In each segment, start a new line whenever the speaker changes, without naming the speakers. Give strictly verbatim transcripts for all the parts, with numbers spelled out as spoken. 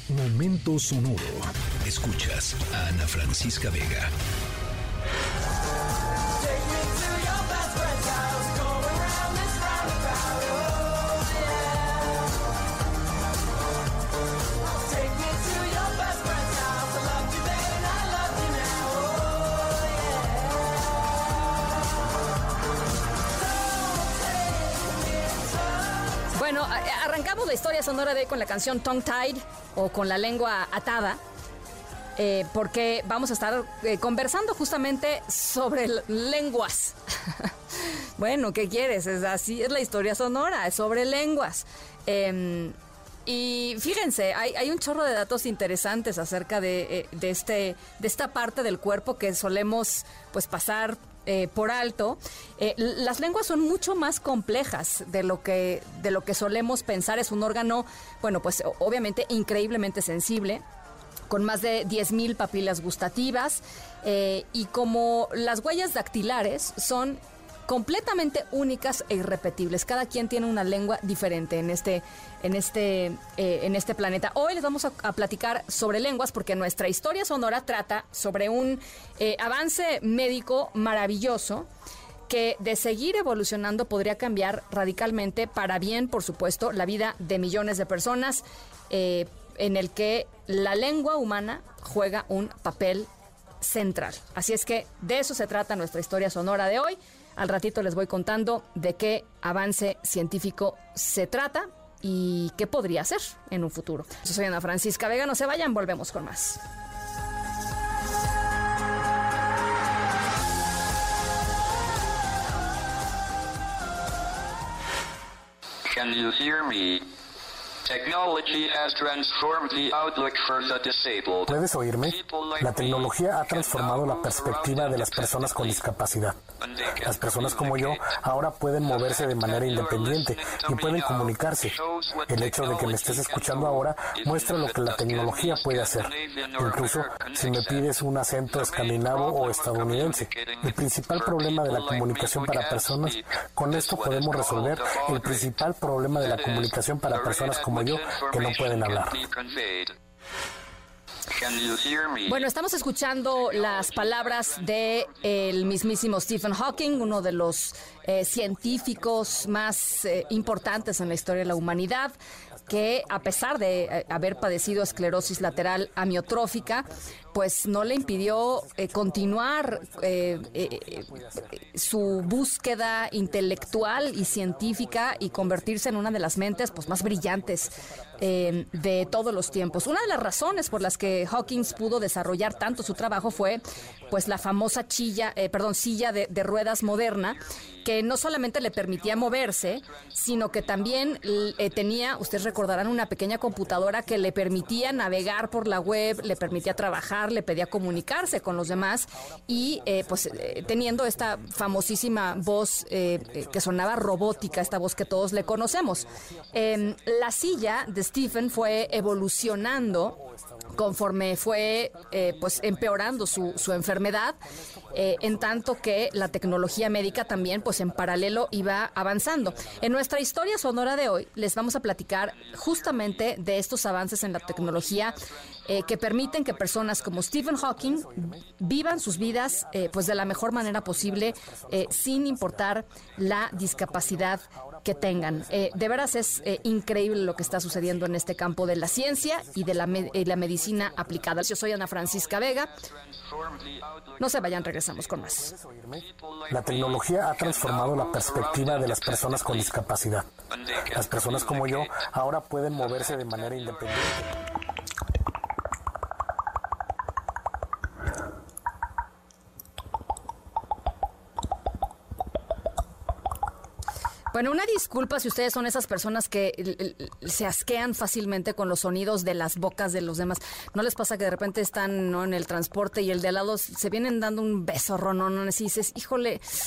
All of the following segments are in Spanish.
Momento sonoro. Escuchas a Ana Francisca Vega.
Bueno, arrancamos la historia sonora de hoy con la canción Tongue Tied o con la lengua atada, eh, porque vamos a estar eh, conversando justamente sobre lenguas. Bueno, ¿qué quieres? Es así, es la historia sonora, es sobre lenguas. Eh, y fíjense, hay, hay un chorro de datos interesantes acerca de, eh, de, este, de esta parte del cuerpo que solemos pues pasar Eh, por alto. Eh, las lenguas son mucho más complejas de lo que de lo que solemos pensar. Es un órgano, bueno, pues obviamente increíblemente sensible, con más de diez mil papilas gustativas, eh, y como las huellas dactilares son completamente únicas e irrepetibles. Cada quien tiene una lengua diferente en este, en este, eh, en este planeta. Hoy les vamos a, a platicar sobre lenguas porque nuestra historia sonora trata sobre un eh, avance médico maravilloso que, de seguir evolucionando, podría cambiar radicalmente para bien, por supuesto, la vida de millones de personas, eh, en el que la lengua humana juega un papel central. Así es que de eso se trata nuestra historia sonora de hoy. Al ratito les voy contando de qué avance científico se trata y qué podría ser en un futuro. Yo soy Ana Francisca Vega, no se vayan, volvemos con más.
Can you hear me? Technology has transformed the outlook for the disabled.
¿Puedes oírme? La tecnología ha transformado la perspectiva de las personas con discapacidad. Las personas como yo ahora pueden moverse de manera independiente y pueden comunicarse. El hecho de que me estés escuchando ahora muestra lo que la tecnología puede hacer. Incluso si me pides un acento escandinavo o estadounidense. El principal problema de la comunicación para personas, con esto podemos resolver el principal problema de la comunicación para personas como yo que no pueden hablar.
Bueno, estamos escuchando las palabras de el mismísimo Stephen Hawking, uno de los eh, científicos más eh, importantes en la historia de la humanidad, que a pesar de eh, haber padecido esclerosis lateral amiotrófica, pues no le impidió eh, continuar eh, eh, su búsqueda intelectual y científica y convertirse en una de las mentes pues, más brillantes eh, de todos los tiempos. Una de las razones por las que Hawking pudo desarrollar tanto su trabajo fue pues la famosa chilla, eh, perdón, silla de, de ruedas moderna, que no solamente le permitía moverse, sino que también eh, tenía, ustedes recordarán, una pequeña computadora que le permitía navegar por la web, le permitía trabajar, le pedía comunicarse con los demás y eh, pues eh, teniendo esta famosísima voz eh, eh, que sonaba robótica, esta voz que todos le conocemos. Eh, la silla de Stephen fue evolucionando conforme fue eh, pues empeorando su, su enfermedad, eh, en tanto que la tecnología médica también pues en paralelo iba avanzando. En nuestra historia sonora de hoy les vamos a platicar justamente de estos avances en la tecnología eh, que permiten que personas como Stephen Hawking vivan sus vidas eh, pues de la mejor manera posible, eh, sin importar la discapacidad que tengan. Eh, de veras es eh, increíble lo que está sucediendo en este campo de la ciencia y de la, me- y la medicina aplicada. Yo soy Ana Francisca Vega. No se vayan, regresamos con más.
La tecnología ha transformado la perspectiva de las personas con discapacidad. Las personas como yo ahora pueden moverse de manera independiente.
Bueno, una disculpa si ustedes son esas personas que l- l- se asquean fácilmente con los sonidos de las bocas de los demás. ¿No les pasa que de repente están, ¿no?, en el transporte y el de al lado se vienen dando un beso ronón, y dices, híjole,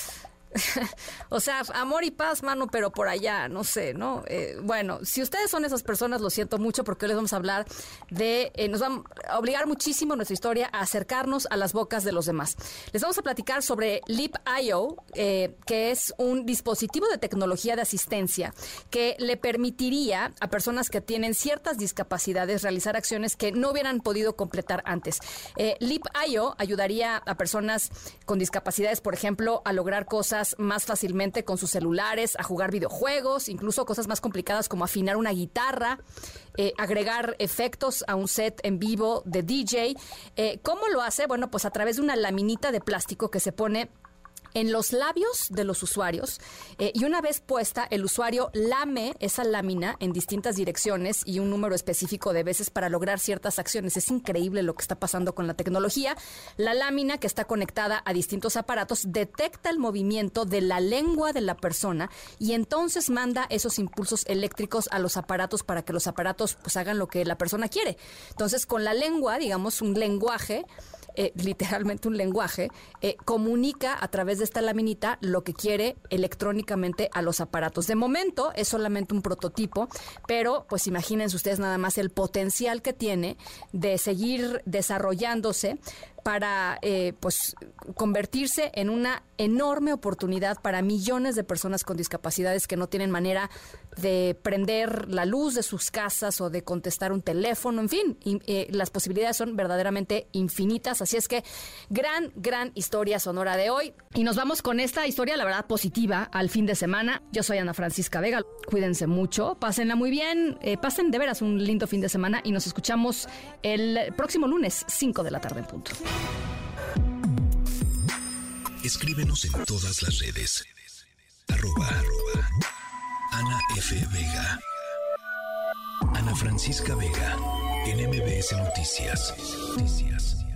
O sea, amor y paz, mano, pero por allá, no sé, ¿no? Eh, bueno, si ustedes son esas personas, lo siento mucho, porque hoy les vamos a hablar de... Eh, nos va a obligar muchísimo nuestra historia a acercarnos a las bocas de los demás. Les vamos a platicar sobre Leap punto i o, eh, que es un dispositivo de tecnología de asistencia que le permitiría a personas que tienen ciertas discapacidades realizar acciones que no hubieran podido completar antes. Eh, Leap punto i o ayudaría a personas con discapacidades, por ejemplo, a lograr cosas más fácilmente con sus celulares, a jugar videojuegos, incluso cosas más complicadas como afinar una guitarra, eh, agregar efectos a un set en vivo de D J. Eh, ¿Cómo lo hace? Bueno, pues a través de una laminita de plástico que se pone en los labios de los usuarios, eh, y una vez puesta, el usuario lame esa lámina en distintas direcciones y un número específico de veces para lograr ciertas acciones. Es increíble lo que está pasando con la tecnología. La lámina, que está conectada a distintos aparatos, detecta el movimiento de la lengua de la persona y entonces manda esos impulsos eléctricos a los aparatos para que los aparatos pues hagan lo que la persona quiere. Entonces, con la lengua, digamos, un lenguaje, Eh, literalmente un lenguaje, eh, comunica a través de esta laminita lo que quiere electrónicamente a los aparatos. De momento es solamente un prototipo, pero pues imagínense ustedes nada más el potencial que tiene de seguir desarrollándose para eh, pues convertirse en una enorme oportunidad para millones de personas con discapacidades que no tienen manera de prender la luz de sus casas o de contestar un teléfono, en fin, y, eh, las posibilidades son verdaderamente infinitas. Así es que gran, gran historia sonora de hoy. Y nos vamos con esta historia, la verdad, positiva al fin de semana. Yo soy Ana Francisca Vega. Cuídense mucho, pásenla muy bien, eh, pasen de veras un lindo fin de semana y nos escuchamos el próximo lunes, cinco de la tarde en punto.
Escríbenos en todas las redes. Arroba, arroba Ana F. Vega. Ana Francisca Vega. En M B S Noticias. Noticias.